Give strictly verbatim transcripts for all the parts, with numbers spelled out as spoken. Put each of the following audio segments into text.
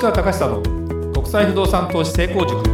川隆久の国際不動産投資成功塾。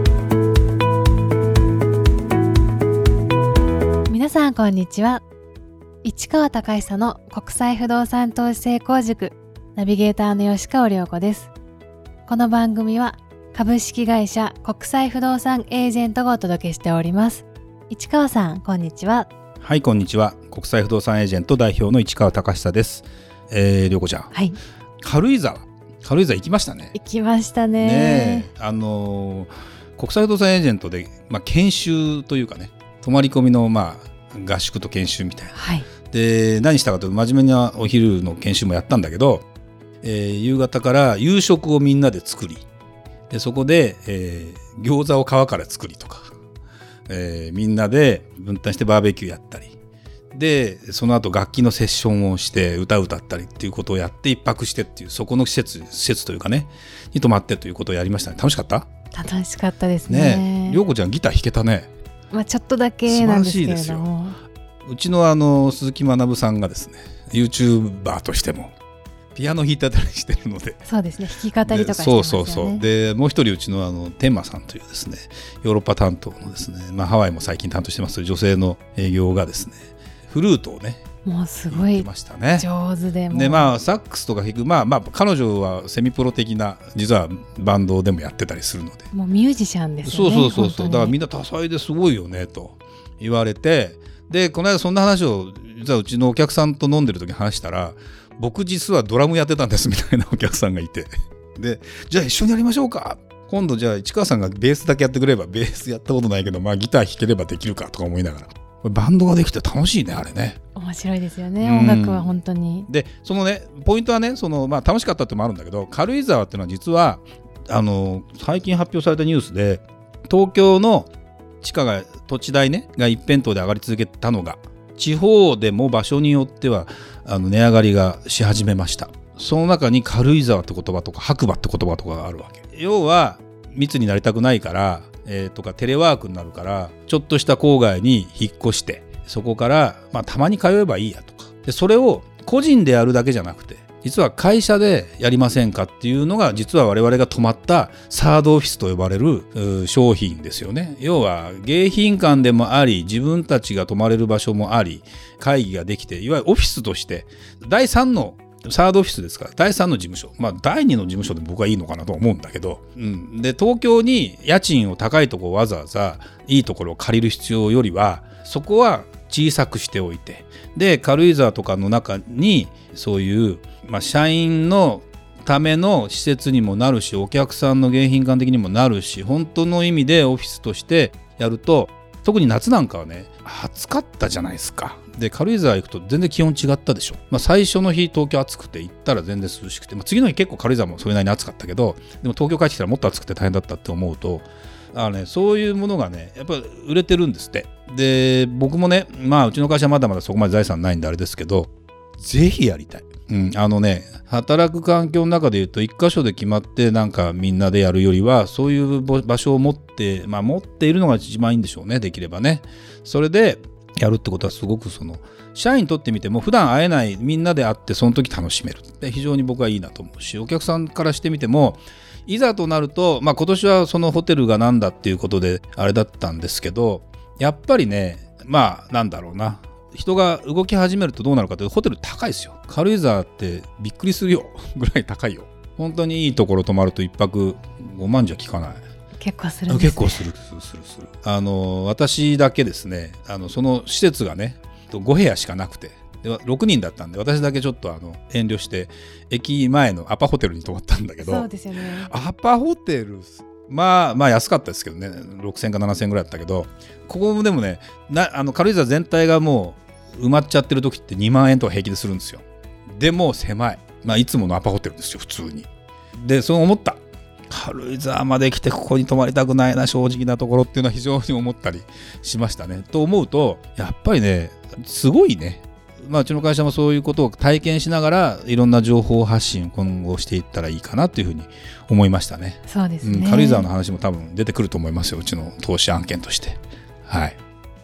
皆さんこんにちは。市川隆久の国際不動産投資成功塾ナビゲーターの吉川亮子です。この番組は株式会社国際不動産エージェントがお届けしております。市川さんこんにちは。 はい、こんにちは。国際不動産エージェント代表の市川隆久です。えー、亮子ちゃん、 はい、 軽井沢軽井沢行きましたね。 行きましたね。 ねえ、あのー、国際不動産エージェントで、まあ、研修というかね、泊まり込みの、まあ、合宿と研修みたいな、 はい、 で何したかというと真面目なお昼の研修もやったんだけど、えー、夕方から夕食をみんなで作り、でそこで、えー、餃子を皮から作りとか、えー、みんなで分担してバーベキューやったりで、その後楽器のセッションをして歌を歌ったりっていうことをやって一泊してっていう、そこの施設施設というかねに泊まってということをやりましたね。楽しかった？ 楽しかったですね。 ねえ、涼子ちゃんギター弾けたね。 まあ、ちょっとだけなんですけれども、 うちのあの鈴木学さんがですね YouTuber としてもピアノ弾いてたりしてるので、 そうですね、弾き語りとかしてますよね。 そうそうそう。でもう一人うちのあの天馬さんというですねヨーロッパ担当のですね、まあ、ハワイも最近担当してます女性の営業がですねフルートをねもうすごい上手でもで、まあ、サックスとか弾く、まあまあ、彼女はセミプロ的な実はバンドでもやってたりするので、 もうミュージシャンですよね。 そうそうそうそう。だからみんな多彩ですごいよねと言われて、でこの間そんな話を実はうちのお客さんと飲んでる時に話したら、僕実はドラムやってたんですみたいなお客さんがいて、でじゃあ一緒にやりましょうか、今度じゃあ市川さんがベースだけやってくれば、ベースやったことないけど、まあ、ギター弾ければできるかとか思いながら、バンドができて楽しいねあれね。 面白いですよね、音楽は本当に。 でそのねポイントはね、その、まあ、楽しかったってのもあるんだけど、軽井沢っていうのは実はあの最近発表されたニュースで、東京の地価が土地代ねが一辺倒で上がり続けたのが、地方でも場所によってはあの値上がりがし始めました。その中に軽井沢って言葉とか白馬って言葉とかがあるわけ。要は密になりたくないから、えー、とかテレワークになるからちょっとした郊外に引っ越して、そこから、まあ、たまに通えばいいやとか、でそれを個人でやるだけじゃなくて実は会社でやりませんかっていうのが、実は我々が泊まったサードオフィスと呼ばれる商品ですよね。要は迎賓館でもあり、自分たちが泊まれる場所もあり、会議ができて、いわゆるオフィスとしてだいさんのサードオフィスですから、だいさんの事務所、まあだいにの事務所で僕はいいのかなと思うんだけど、うん、で東京に家賃を高いところをわざわざいいところを借りる必要よりは、そこは小さくしておいて、で軽井沢とかの中にそういう、まあ、社員のための施設にもなるし、お客さんの迎賓館的にもなるし、本当の意味でオフィスとしてやると、特に夏なんかはね暑かったじゃないですか。で軽井沢行くと全然気温違ったでしょ、まあ、最初の日東京暑くて行ったら全然涼しくて、まあ、次の日結構軽井沢もそれなりに暑かったけど、でも東京帰ってきたらもっと暑くて大変だったって思うと、あのね、そういうものがねやっぱり売れてるんですって。で僕もね、まあうちの会社はまだまだそこまで財産ないんであれですけど、ぜひやりたい。うん、あのね働く環境の中でいうと一箇所で決まってなんかみんなでやるよりは、そういう場所を持って、まあ持っているのが一番いいんでしょうね、できればね。それでやるってことはすごくその社員にとってみても普段会えないみんなで会ってその時楽しめるって非常に僕はいいなと思うし、お客さんからしてみてもいざとなると、まあ今年はそのホテルがなんだっていうことであれだったんですけど、やっぱりね、まあなんだろうな、人が動き始めるとどうなるかというと、ホテル高いですよ。軽井沢ってびっくりするよぐらい高いよ。本当にいいところ泊まるといっぱくごまんじゃ効かない。 結構するんですね。 結構するするするする。あの私だけですね、あのその施設がねご部屋しかなくて、でろくにんだったんで、私だけちょっとあの遠慮して駅前のアパホテルに泊まったんだけど、 そうですよね。 アパホテルまあまあ安かったですけどね、ろくせんかななせんぐらいだったけど、ここもでもねなあの軽井沢全体がもう埋まっちゃってる時ってにまんえんとか平気でするんですよ。でも狭い、まあいつものアパホテルですよ普通に。でそう思った、軽井沢まで来てここに泊まりたくないな正直なところっていうのは非常に思ったりしましたね。と思うとやっぱりねすごいね、まあ、うちの会社もそういうことを体験しながらいろんな情報発信を今後していったらいいかなというふうに思いましたね。 そうですね、 うん、軽井沢の話も多分出てくると思いますよ、うちの投資案件として。はい。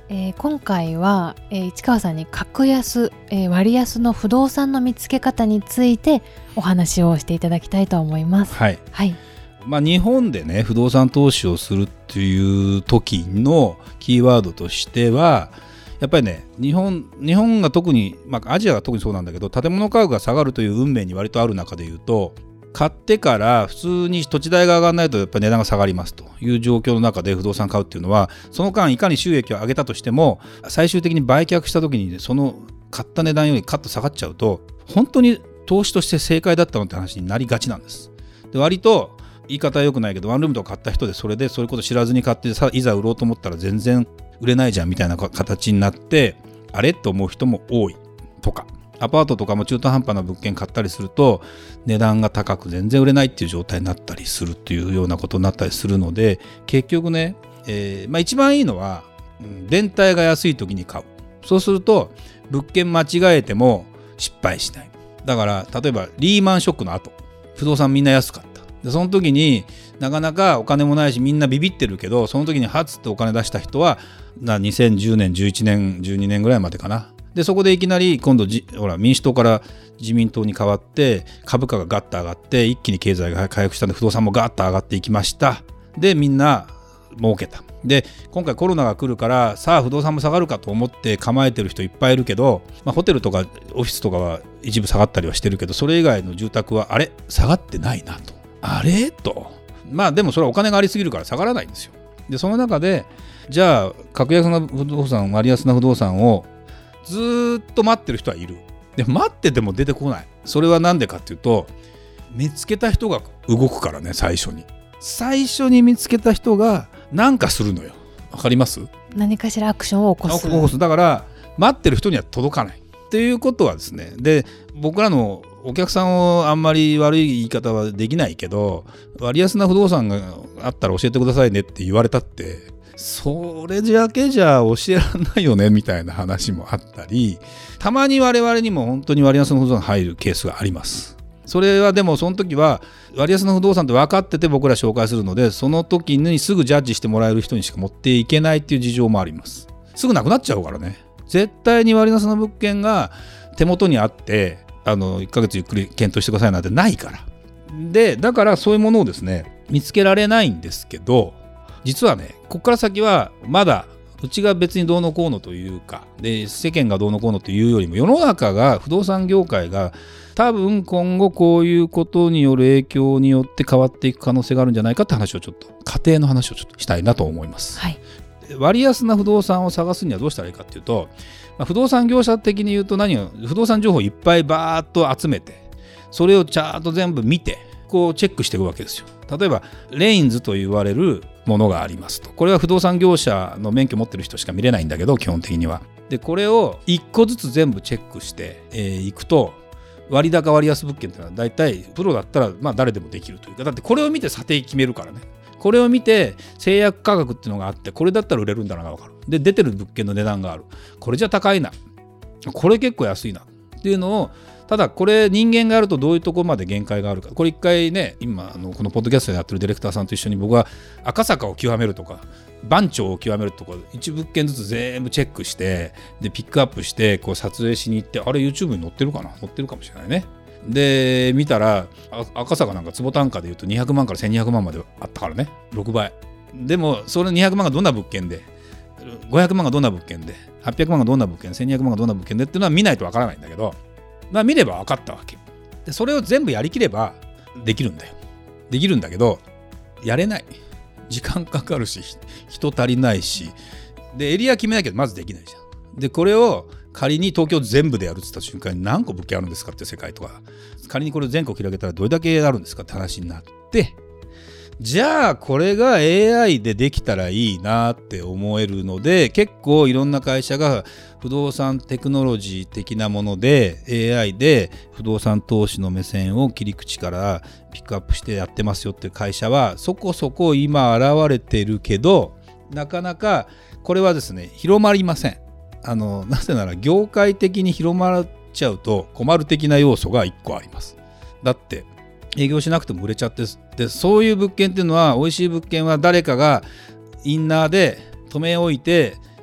えー、今回は、えー、市川さんに格安、えー、割安の不動産の見つけ方についてお話をしていただきたいと思います。 はい、 はい。 まあ、日本でね不動産投資をするっていう時のキーワードとしてはやっぱりね日本日本が特に、まあ、アジアが特にそうなんだけど建物価格が下がるという運命に割とある中でいうと買ってから普通に土地代が上がらないとやっぱり値段が下がりますという状況の中で不動産買うっていうのはその間いかに収益を上げたとしても最終的に売却した時にその買った値段よりカッと下がっちゃうと本当に投資として正解だったのって話になりがちなんです。で割と言い方は良くないけどワンルームとか買った人でそれでそういうこと知らずに買ってさいざ売ろうと思ったら全然売れないじゃんみたいな形になってあれと思う人も多いとかアパートとかも中途半端な物件買ったりすると値段が高く全然売れないっていう状態になったりするっていうようなことになったりするので結局ね、えーまあ、一番いいのは、うん、連帯が安い時に買う。そうすると物件間違えても失敗しない。だから例えばリーマンショックの後不動産みんな安かったでその時になかなかお金もないしみんなビビってるけどその時にハツってお金出した人はにせんじゅうねんじゅういちねんじゅうにねんぐらいまでかな。でそこでいきなり今度じほら民主党から自民党に変わって株価がガッと上がって一気に経済が回復したんで不動産もガッと上がっていきました。でみんな儲けた。で今回コロナが来るからさあ不動産も下がるかと思って構えてる人いっぱいいるけど、まあ、ホテルとかオフィスとかは一部下がったりはしてるけどそれ以外の住宅はあれ下がってないなとあれとまあでもそれはお金がありすぎるから下がらないんですよ。でその中でじゃあ格安な不動産割安な不動産をずっと待ってる人はいる。で待ってても出てこない。それはなんでかっていうと見つけた人が動くからね。最初に最初に見つけた人が何かするのよ。わかります？ 何かしらアクションを起こす。 起こす。だから待ってる人には届かないっていうことはですね。で僕らのお客さんをあんまり悪い言い方はできないけど割安な不動産があったら教えてくださいねって言われたってそれだけじゃ教えられないよねみたいな話もあったりたまに我々にも本当に割安の不動産が入るケースがあります。それはでもその時は割安の不動産って分かってて僕ら紹介するのでその時にすぐジャッジしてもらえる人にしか持っていけないっていう事情もあります。すぐなくなっちゃうからね。絶対に割安の物件が手元にあってあのいっかげつゆっくり検討してくださいなんてないから。でだからそういうものをですね見つけられないんですけど実はねここから先はまだうちが別にどうのこうのというかで世間がどうのこうのというよりも世の中が不動産業界が多分今後こういうことによる影響によって変わっていく可能性があるんじゃないかって話をちょっと家庭の話をちょっとしたいなと思います、 はい、 割安な不動産を探すにはどうしたらいいかっていうと、まあ、不動産業者的に言うと何を不動産情報をいっぱいバーッと集めてそれをちゃんと全部見てこうチェックしていくわけですよ。例えばレインズと言われるものがありますと。これは不動産業者の免許持ってる人しか見れないんだけど基本的には。でこれをいっこずつ全部チェックしてい、えー、くと割高割安物件っていうのは大体プロだったらまあ誰でもできるというかだってこれを見て査定決めるからね。これを見て制約価格っていうのがあってこれだったら売れるんだなが分かる。で出てる物件の値段がある。これじゃ高いなこれ結構安いなっていうのをただこれ人間があるとどういうところまで限界があるかこれ一回ね今あのこのポッドキャストでやってるディレクターさんと一緒に僕は赤坂を極めるとか番町を極めるとか一物件ずつ全部チェックしてでピックアップしてこう撮影しに行ってあれ YouTube に載ってるかな載ってるかもしれないね。で見たら赤坂なんか坪単価でいうとにひゃくまんからせんにひゃくまんまであったからねろくばい。でもそれにひゃくまんがどんな物件でごひゃくまんがどんな物件ではっぴゃくまんがどんな物件せんにひゃくまんがどんな物件でっていうのは見ないとわからないんだけどまあ見れば分かったわけでそれを全部やりきればできるんだよできるんだけどやれない時間かかるし人足りないしでエリア決めなきゃまずできないじゃん。でこれを仮に東京全部でやるって言った瞬間に何個物件あるんですかって世界とか仮にこれを全国広げたらどれだけあるんですかって話になってじゃあこれが エーアイ でできたらいいなって思えるので結構いろんな会社が不動産テクノロジー的なもので エーアイ で不動産投資の目線を切り口からピックアップしてやってますよっていう会社はそこそこ今現れてるけどなかなかこれはですね広まりません。あのなぜなら業界的に広まっちゃうと困る的な要素がいっこあります。だって営業しなくても売れちゃってでそういう物件っていうのは美味しい物件は誰かがインナーで止め置いて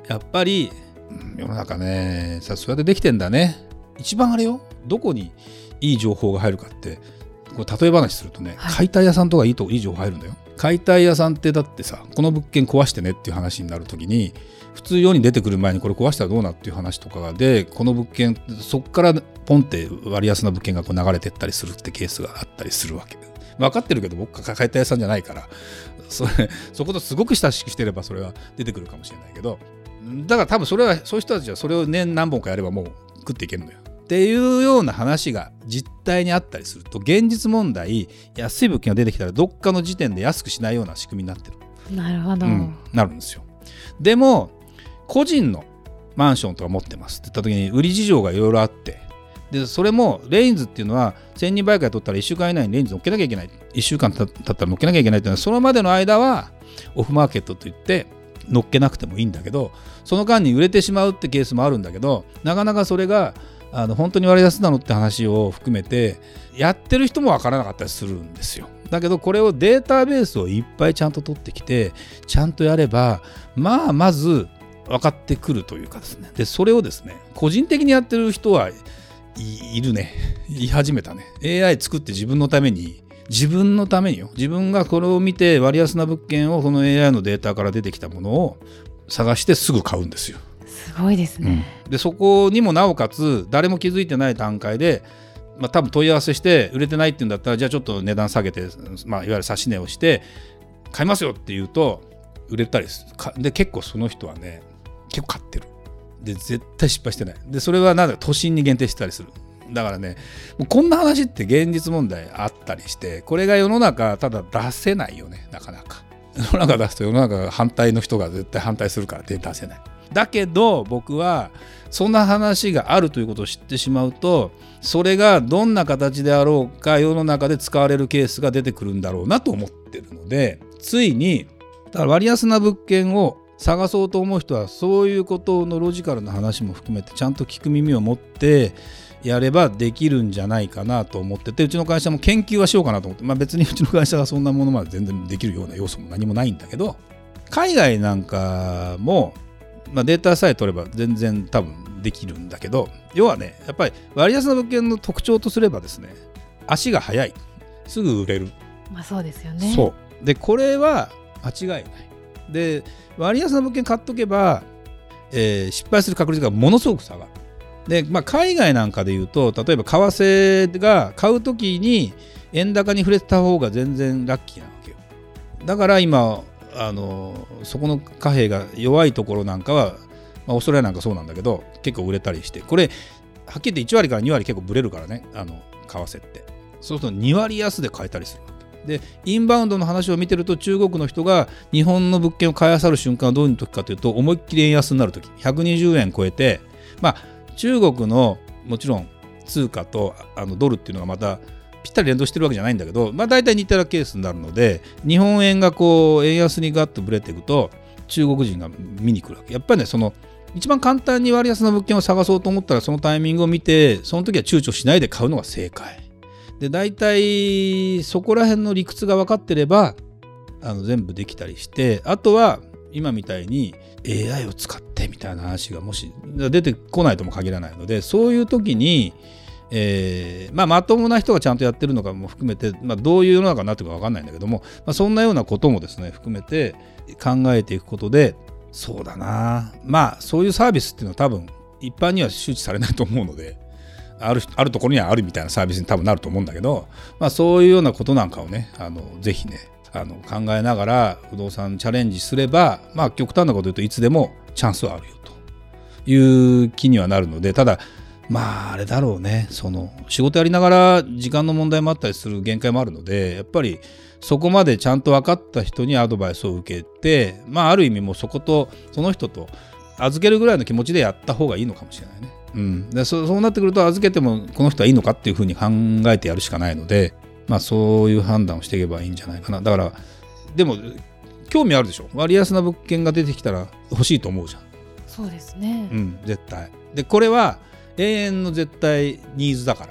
やっぱり世の中ねさそうやってできてんだね。一番あれよ、どこにいい情報が入るかってこれ例え話するとね、はい、解体屋さんとかいいといい情報入るんだよ。解体屋さんってだってさ、この物件壊してねっていう話になるときに普通世に出てくる前にこれ壊したらどうなっていう話とかで、この物件そこからポンって割安な物件がこう流れてったりするってケースがあったりするわけ。分かってるけど僕が解体屋さんじゃないからそれそことすごく親しくしてればそれは出てくるかもしれないけど、だから多分それはそういう人たちはそれを年何本かやればもう食っていけるのよっていうような話が実態にあったりすると、現実問題安い物件が出てきたらどっかの時点で安くしないような仕組みになってる。 なるほど、 うん、なるんですよ。でも個人のマンションとか持ってますって言った時に売り事情がいろいろあって、でそれもレインズっていうのはせんにん売買取ったらいっしゅうかん以内にレインズ乗っけなきゃいけない、いっしゅうかん経ったら乗っけなきゃいけないっていうのは、そのまでの間はオフマーケットといって乗っけなくてもいいんだけど、その間に売れてしまうってケースもあるんだけど、なかなかそれがあの本当に割安なのって話を含めてやってる人も分からなかったりするんですよ。だけどこれをデータベースをいっぱいちゃんと取ってきてちゃんとやれば、まあまず分かってくるというかですね。でそれをですね個人的にやってる人はい、いるね言い始めたね。 エーアイ 作って自分のために自分のためによ、自分がこれを見て割安な物件をその エーアイ のデータから出てきたものを探してすぐ買うんですよ。 すごいですね、 うん、でそこにもなおかつ誰も気づいてない段階で、まあ、多分問い合わせして売れてないっていうんだったら、じゃあちょっと値段下げて、まあ、いわゆる指し値をして買いますよって言うと売れたりする。で結構その人はね結構買ってる。で絶対失敗してない。でそれはなんだか都心に限定してたりする。だからねもうこんな話って現実問題あったりして、これが世の中ただ出せないよね。なかなか世の中出すと世の中が反対の人が絶対反対するから出せない。だけど僕はそんな話があるということを知ってしまうと、それがどんな形であろうか世の中で使われるケースが出てくるんだろうなと思ってるので、ついにだから割安な物件を探そうと思う人はそういうことのロジカルな話も含めてちゃんと聞く耳を持ってやればできるんじゃないかなと思ってて、うちの会社も研究はしようかなと思って、まあ、別にうちの会社がそんなものまで全然できるような要素も何もないんだけど、海外なんかもまあ、データさえ取れば全然多分できるんだけど、要はねやっぱり割安な物件の特徴とすればですね、足が速い、すぐ売れる。 まあそうですよね。 そうでこれは間違いない。で割安な物件買っとけば、えー、失敗する確率がものすごく下がる。で、まあ、海外なんかでいうと例えば為替が買うときに円高に触れた方が全然ラッキーなわけよ。だから今あのそこの貨幣が弱いところなんかは、まあ、オーストラリアなんかそうなんだけど結構売れたりして、これはっきり言っていち割からに割結構ブレるからね、あの為替って。そうするとに割安で買えたりする。でインバウンドの話を見てると、中国の人が日本の物件を買い漁る瞬間はどういう時かというと、思いっきり円安になる時、ひゃくにじゅうえん超えて、まあ中国のもちろん通貨とあのドルっていうのがまたぴったり連動してるわけじゃないんだけど、まあ、大体似たようなケースになるので、日本円がこう円安にガッとブレていくと中国人が見に来るわけ。やっぱりねその一番簡単に割安な物件を探そうと思ったら、そのタイミングを見てその時は躊躇しないで買うのが正解で、大体そこら辺の理屈が分かってればあの全部できたりして、あとは今みたいに エーアイ を使ってみたいな話がもし出てこないとも限らないので、そういう時にえーまあ、まともな人がちゃんとやってるのかも含めて、まあ、どういう世の中になってるか分かんないんだけども、まあ、そんなようなこともですね含めて考えていくことで、そうだな、まあそういうサービスっていうのは多分一般には周知されないと思うので、ある、あるところにはあるみたいなサービスに多分なると思うんだけど、まあ、そういうようなことなんかをねあのぜひねあの考えながら不動産チャレンジすれば、まあ極端なこと言うといつでもチャンスはあるよという気にはなるので、ただまああれだろうね、その仕事やりながら時間の問題もあったりする限界もあるので、やっぱりそこまでちゃんと分かった人にアドバイスを受けて、まあある意味もうそことその人と預けるぐらいの気持ちでやった方がいいのかもしれないね。うん、で そ, そうなってくると預けてもこの人はいいのかっていうふうに考えてやるしかないので、まあそういう判断をしていけばいいんじゃないかな。だからでも興味あるでしょ、割安な物件が出てきたら欲しいと思うじゃん。 そうですね、 うん、絶対でこれは永遠の絶対ニーズだから、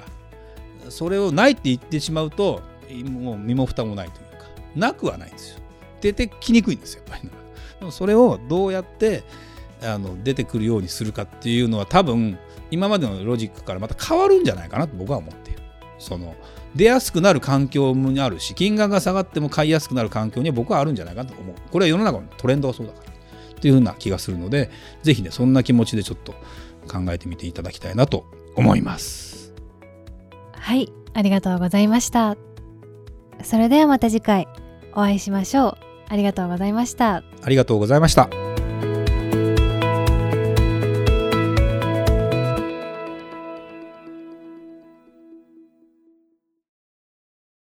それをないって言ってしまうともう身も蓋もないというか、なくはないんですよ。出てきにくいんですよやっぱり。でもそれをどうやってあの出てくるようにするかっていうのは多分今までのロジックからまた変わるんじゃないかなと僕は思っている。その出やすくなる環境にあるし、金額が下がっても買いやすくなる環境には僕はあるんじゃないかなと思う。これは世の中のトレンドはそうだからっていうふうな気がするので、ぜひねそんな気持ちでちょっと考えてみていただきたいなと思います。 はい、ありがとうございました。それではまた次回お会いしましょう。ありがとうございました。 ありがとうございました。